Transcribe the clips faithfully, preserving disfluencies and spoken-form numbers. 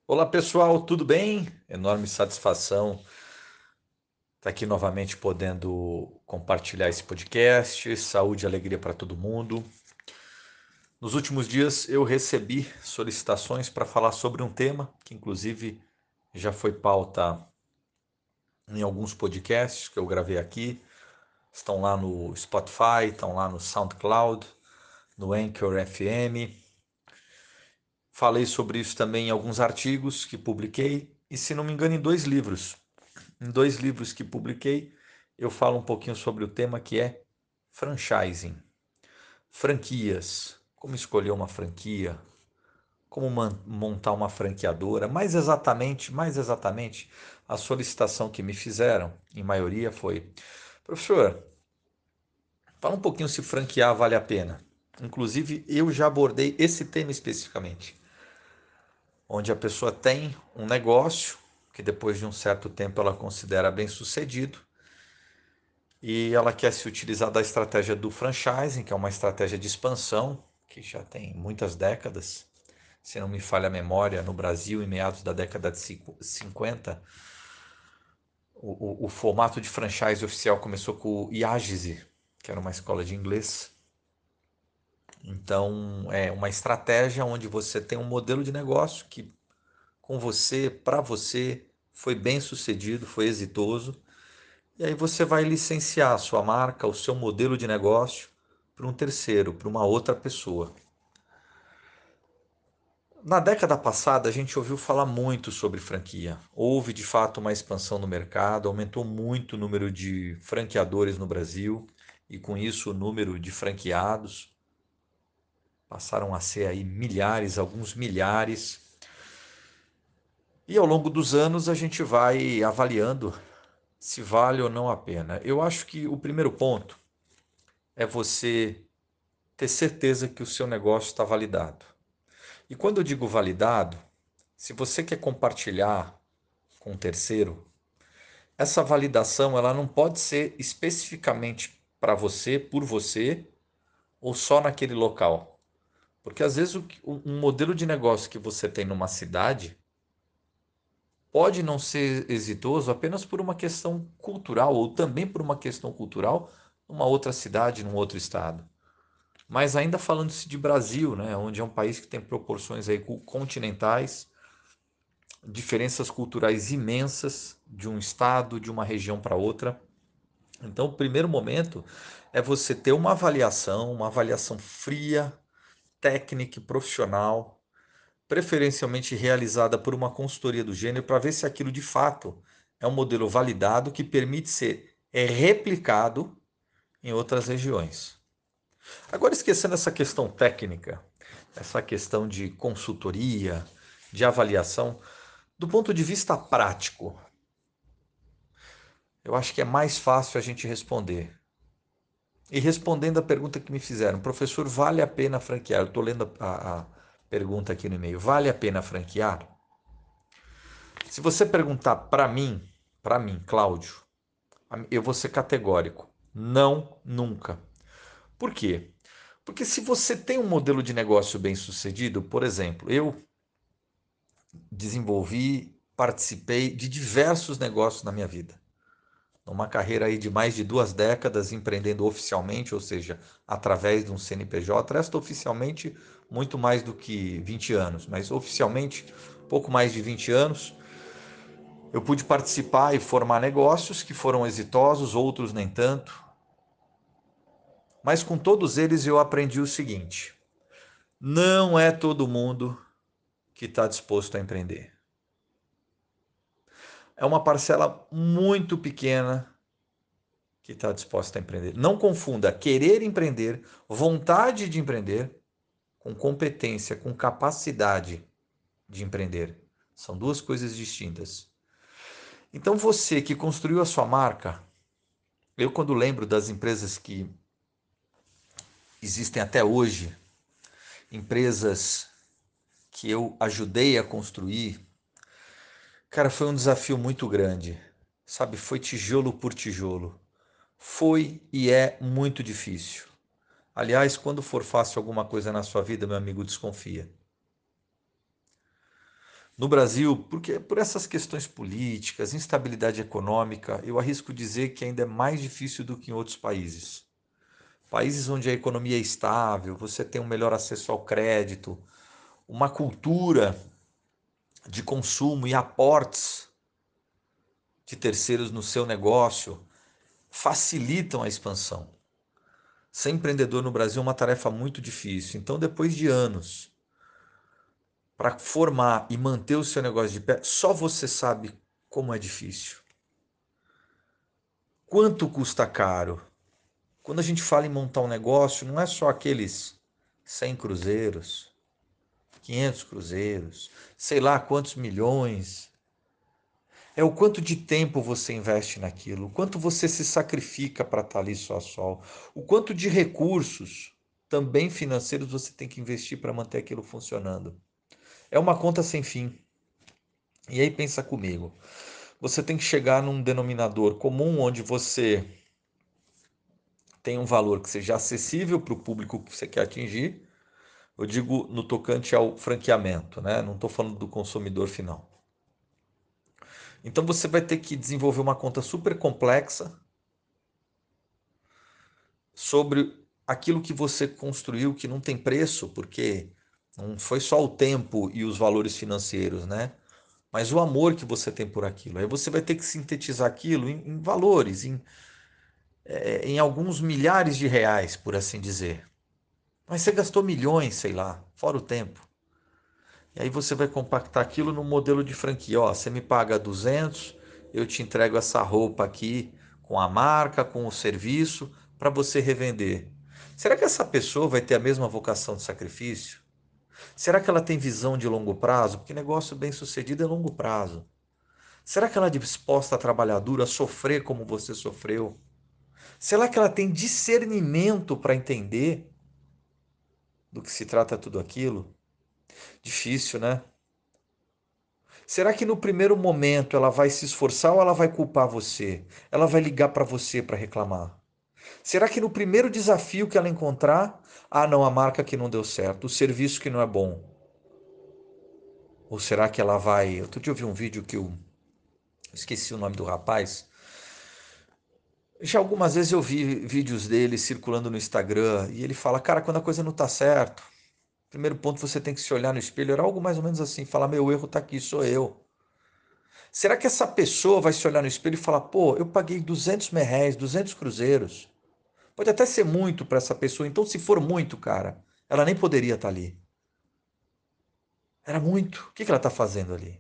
Olá pessoal, tudo bem? Enorme satisfação estar aqui novamente podendo compartilhar esse podcast. Saúde e alegria para todo mundo. Nos últimos dias eu recebi solicitações para falar sobre um tema que, inclusive, já foi pauta em alguns podcasts que eu gravei aqui. Estão lá no Spotify, estão lá no SoundCloud, no Anchor F M. Falei sobre isso também em alguns artigos que publiquei e, se não me engano, em dois livros. Em dois livros que publiquei, eu falo um pouquinho sobre o tema que é franchising, franquias, como escolher uma franquia, como montar uma franqueadora, mais exatamente, mais exatamente, a solicitação que me fizeram, em maioria foi: professor, fala um pouquinho se franquear vale a pena. Inclusive, eu já abordei esse tema especificamente, onde a pessoa tem um negócio que depois de um certo tempo ela considera bem sucedido, e ela quer se utilizar da estratégia do franchising, que é uma estratégia de expansão, que já tem muitas décadas. Se não me falha a memória, no Brasil, em meados da década de cinquenta, o, o, o formato de franchise oficial começou com o IAGESE, que era uma escola de inglês. Então, é uma estratégia onde você tem um modelo de negócio que, com você, para você, foi bem sucedido, foi exitoso. E aí você vai licenciar a sua marca, o seu modelo de negócio para um terceiro, para uma outra pessoa. Na década passada, a gente ouviu falar muito sobre franquia. Houve de fato uma expansão no mercado, aumentou muito o número de franqueadores no Brasil e com isso o número de franqueados passaram a ser aí milhares, alguns milhares. E ao longo dos anos a gente vai avaliando se vale ou não a pena. Eu acho que o primeiro ponto é você ter certeza que o seu negócio está validado. E quando eu digo validado, se você quer compartilhar com um terceiro, essa validação ela não pode ser especificamente para você, por você, ou só naquele local. Porque às vezes um modelo de negócio que você tem numa cidade pode não ser exitoso apenas por uma questão cultural, ou também por uma questão cultural numa outra cidade, num outro estado. Mas ainda falando-se de Brasil, né, onde é um país que tem proporções aí continentais, diferenças culturais imensas de um estado, de uma região para outra. Então, o primeiro momento é você ter uma avaliação, uma avaliação fria, técnica e profissional, preferencialmente realizada por uma consultoria do gênero, para ver se aquilo de fato é um modelo validado que permite ser é replicado em outras regiões. Agora, esquecendo essa questão técnica, essa questão de consultoria, de avaliação, do ponto de vista prático, eu acho que é mais fácil a gente responder. E respondendo a pergunta que me fizeram, professor, vale a pena franquear? Eu estou lendo a, a pergunta aqui no e-mail. Vale a pena franquear? Se você perguntar para mim, para mim, Cláudio, eu vou ser categórico. Não, nunca. Por quê? Porque se você tem um modelo de negócio bem sucedido, por exemplo, eu desenvolvi, participei de diversos negócios na minha vida. Uma carreira aí de mais de duas décadas empreendendo oficialmente, ou seja, através de um C N P J, resta oficialmente muito mais do que vinte anos, mas oficialmente pouco mais de vinte anos. Eu pude participar e formar negócios que foram exitosos, outros nem tanto, mas com todos eles eu aprendi o seguinte: não é todo mundo que está disposto a empreender. É uma parcela muito pequena que está disposta a empreender. Não confunda querer empreender, vontade de empreender, com competência, com capacidade de empreender. São duas coisas distintas. Então você que construiu a sua marca, eu quando lembro das empresas que existem até hoje, empresas que eu ajudei a construir, cara, foi um desafio muito grande. Sabe, foi tijolo por tijolo. Foi e é muito difícil. Aliás, quando for fácil alguma coisa na sua vida, meu amigo, desconfia. No Brasil, porque por essas questões políticas, instabilidade econômica, eu arrisco dizer que ainda é mais difícil do que em outros países. Países onde a economia é estável, você tem um melhor acesso ao crédito, uma cultura de consumo e aportes de terceiros no seu negócio facilitam a expansão. Ser empreendedor no Brasil é uma tarefa muito difícil. Então, depois de anos para formar e manter o seu negócio de pé, só você sabe como é difícil. Quanto custa caro? Quando a gente fala em montar um negócio, não é só aqueles cem cruzeiros, quinhentos cruzeiros, sei lá quantos milhões. É o quanto de tempo você investe naquilo, o quanto você se sacrifica para estar ali só a sol, o quanto de recursos, também financeiros, você tem que investir para manter aquilo funcionando. É uma conta sem fim. E aí pensa comigo, você tem que chegar num denominador comum onde você tem um valor que seja acessível para o público que você quer atingir. Eu digo no tocante ao franqueamento, né? Não estou falando do consumidor final. Então você vai ter que desenvolver uma conta super complexa sobre aquilo que você construiu que não tem preço, porque não foi só o tempo e os valores financeiros, né? Mas o amor que você tem por aquilo. Aí você vai ter que sintetizar aquilo em, em valores, em, é, em alguns milhares de reais, por assim dizer. Mas você gastou milhões, sei lá, fora o tempo. E aí você vai compactar aquilo no modelo de franquia. Ó, você me paga duzentos, eu te entrego essa roupa aqui com a marca, com o serviço, para você revender. Será que essa pessoa vai ter a mesma vocação de sacrifício? Será que ela tem visão de longo prazo? Porque negócio bem sucedido é longo prazo. Será que ela é disposta a trabalhar duro, a sofrer como você sofreu? Será que ela tem discernimento para entender do que se trata tudo aquilo? Difícil, né? Será que no primeiro momento ela vai se esforçar ou ela vai culpar você? Ela vai ligar para você para reclamar? Será que no primeiro desafio que ela encontrar, ah, não, a marca que não deu certo, o serviço que não é bom? Ou será que ela vai. Outro dia eu vi um vídeo que eu esqueci o nome do rapaz. Já algumas vezes eu vi vídeos dele circulando no Instagram e ele fala, cara, quando a coisa não tá certo, primeiro ponto você tem que se olhar no espelho. Era algo mais ou menos assim, falar, meu erro tá aqui, sou eu. Será que essa pessoa vai se olhar no espelho e falar, pô, eu paguei duzentos merréis, duzentos cruzeiros? Pode até ser muito para essa pessoa. Então, se for muito, cara, ela nem poderia estar ali. Era muito. O que que ela está fazendo ali?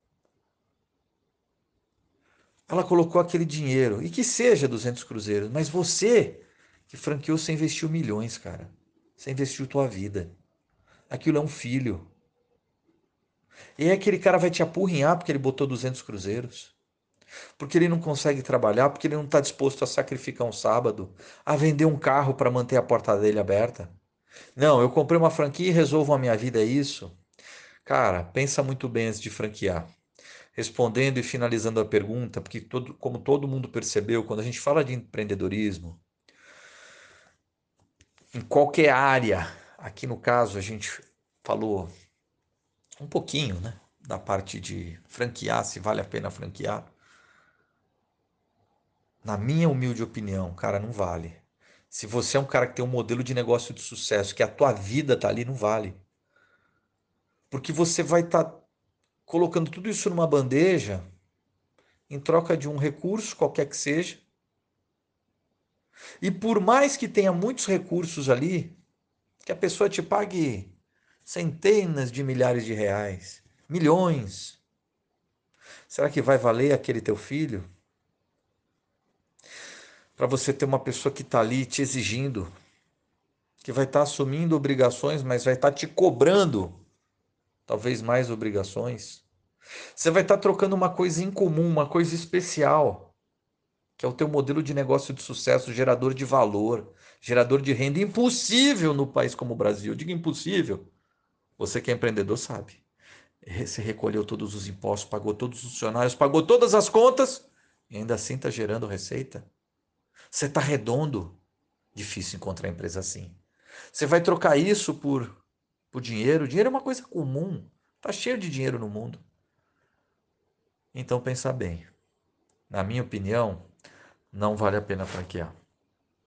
Ela colocou aquele dinheiro. E que seja duzentos cruzeiros. Mas você que franqueou, você investiu milhões, cara. Você investiu tua vida. Aquilo é um filho. E aí aquele cara vai te apurrinhar porque ele botou duzentos cruzeiros. Porque ele não consegue trabalhar, porque ele não está disposto a sacrificar um sábado, a vender um carro para manter a porta dele aberta. Não, eu comprei uma franquia e resolvo a minha vida, é isso? Cara, pensa muito bem antes de franquear. Respondendo e finalizando a pergunta, porque todo, como todo mundo percebeu, quando a gente fala de empreendedorismo, em qualquer área, aqui no caso a gente falou um pouquinho, né, da parte de franquear, se vale a pena franquear. Na minha humilde opinião, cara, não vale. Se você é um cara que tem um modelo de negócio de sucesso, que a tua vida tá ali, não vale. Porque você vai estar tá colocando tudo isso numa bandeja em troca de um recurso, qualquer que seja. E por mais que tenha muitos recursos ali, que a pessoa te pague centenas de milhares de reais, milhões, será que vai valer aquele teu filho? Para você ter uma pessoa que está ali te exigindo, que vai estar tá assumindo obrigações, mas vai estar tá te cobrando talvez mais obrigações. Você vai estar tá trocando uma coisa incomum, uma coisa especial, que é o teu modelo de negócio de sucesso, gerador de valor, gerador de renda, impossível no país como o Brasil. Eu digo impossível. Você que é empreendedor sabe. Você recolheu todos os impostos, pagou todos os funcionários, pagou todas as contas e ainda assim está gerando receita. Você está redondo. Difícil encontrar empresa assim. Você vai trocar isso por, por dinheiro. Dinheiro é uma coisa comum. Tá cheio de dinheiro no mundo. Então pensa bem. Na minha opinião, não vale a pena franquear.